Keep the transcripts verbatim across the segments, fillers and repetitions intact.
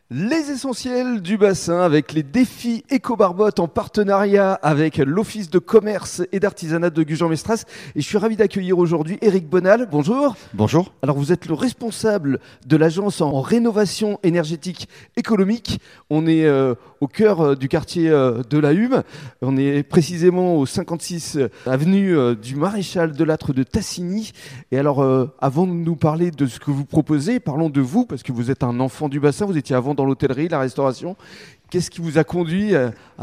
Les essentiels du bassin avec les défis Éco-Barbotte en partenariat avec l'Office de commerce et d'artisanat de Gujan-Mestras. Et je suis ravi d'accueillir aujourd'hui Éric Bonal. Bonjour. Bonjour. Alors vous êtes le responsable de l'agence en rénovation énergétique économique. On est euh, au cœur euh, du quartier euh, de la Hume. On est précisément au cinquante-six avenue euh, du Maréchal Delattre de Tassigny. Et alors euh, avant de nous parler de ce que vous proposez, parlons de vous parce que vous êtes un enfant du bassin. Vous étiez avant dans l'hôtellerie, la restauration. Qu'est-ce qui vous a conduit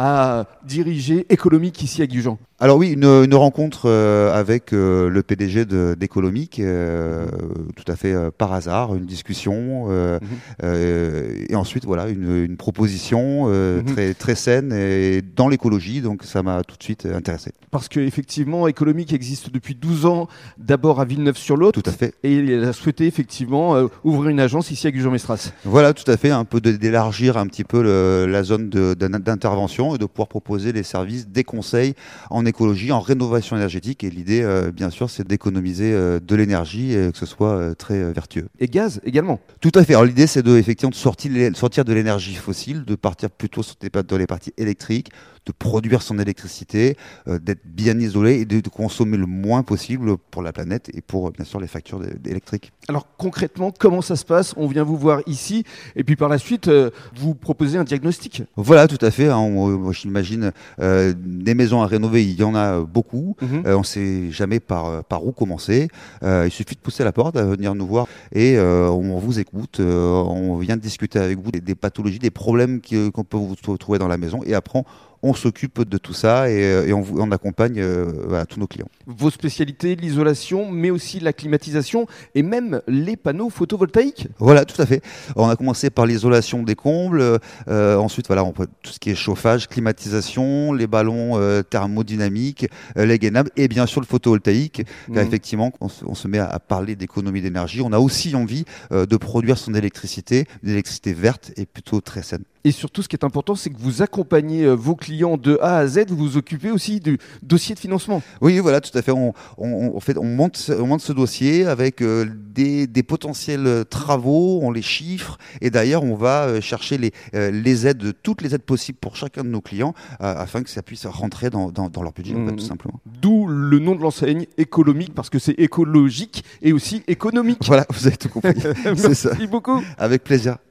à diriger Économique ici à Gujan ? Alors oui, une, une rencontre euh, avec euh, le P D G de, d'Économique, euh, tout à fait euh, par hasard, une discussion, euh, mm-hmm. euh, et ensuite voilà une, une proposition euh, mm-hmm. très très saine et dans l'écologie, donc ça m'a tout de suite intéressé. Parce qu'effectivement, Économique existe depuis douze ans, d'abord à Villeneuve-sur-Lot. Tout à fait. Et il a souhaité effectivement euh, ouvrir une agence ici à Gujan-Mestras. Voilà, tout à fait, un peu de, d'élargir un petit peu le, la zone de, de, d'intervention et de pouvoir proposer des services, des conseils en écologie, en rénovation énergétique. Et l'idée, euh, bien sûr, c'est d'économiser euh, de l'énergie et que ce soit euh, très euh, vertueux. Et gaz également. Tout à fait. Alors l'idée, c'est de, effectivement, de sortir, sortir de l'énergie fossile, de partir plutôt sur des, dans les parties électriques, de produire son électricité, euh, d'être bien isolé et de, de consommer le moins possible pour la planète et pour, bien sûr, les factures électriques. Alors concrètement, comment ça se passe ? On vient vous voir ici et puis par la suite, euh, vous proposez un diagnostic. Voilà, tout à fait. Hein. On, moi, j'imagine euh, des maisons à rénover, il y en a beaucoup. Mm-hmm. Euh, on ne sait jamais par, par où commencer. Euh, il suffit de pousser la porte, à venir nous voir et euh, on vous écoute. Euh, on vient discuter avec vous des, des pathologies, des problèmes qui, qu'on peut vous trouver dans la maison et après, on s'occupe de tout ça et, et on, on accompagne euh, voilà, tous nos clients. Vos spécialités, l'isolation, mais aussi la climatisation et même les panneaux photovoltaïques. Voilà, tout à fait. On a commencé par l'isolation des combles. Euh, ensuite, voilà, on peut tout ce qui est chauffage, climatisation, les ballons euh, thermodynamiques, euh, les gainables et bien sûr le photovoltaïque. Mmh. Car effectivement, on se, on se met à, à parler d'économie d'énergie. On a aussi envie euh, de produire son électricité, une électricité verte et plutôt très saine. Et surtout, ce qui est important, c'est que vous accompagnez vos clients de A à Z. Vous vous occupez aussi du dossier de financement. Oui, voilà, tout à fait. On, on, on, fait, on, monte, on monte ce dossier avec euh, des, des potentiels travaux, on les chiffre. Et d'ailleurs, on va chercher les, euh, les aides, toutes les aides possibles pour chacun de nos clients euh, afin que ça puisse rentrer dans, dans, dans leur budget, mmh. en fait, tout simplement. D'où le nom de l'enseigne, Économique, parce que c'est écologique et aussi économique. Voilà, vous avez tout compris. C'est ça. Merci beaucoup. Avec plaisir.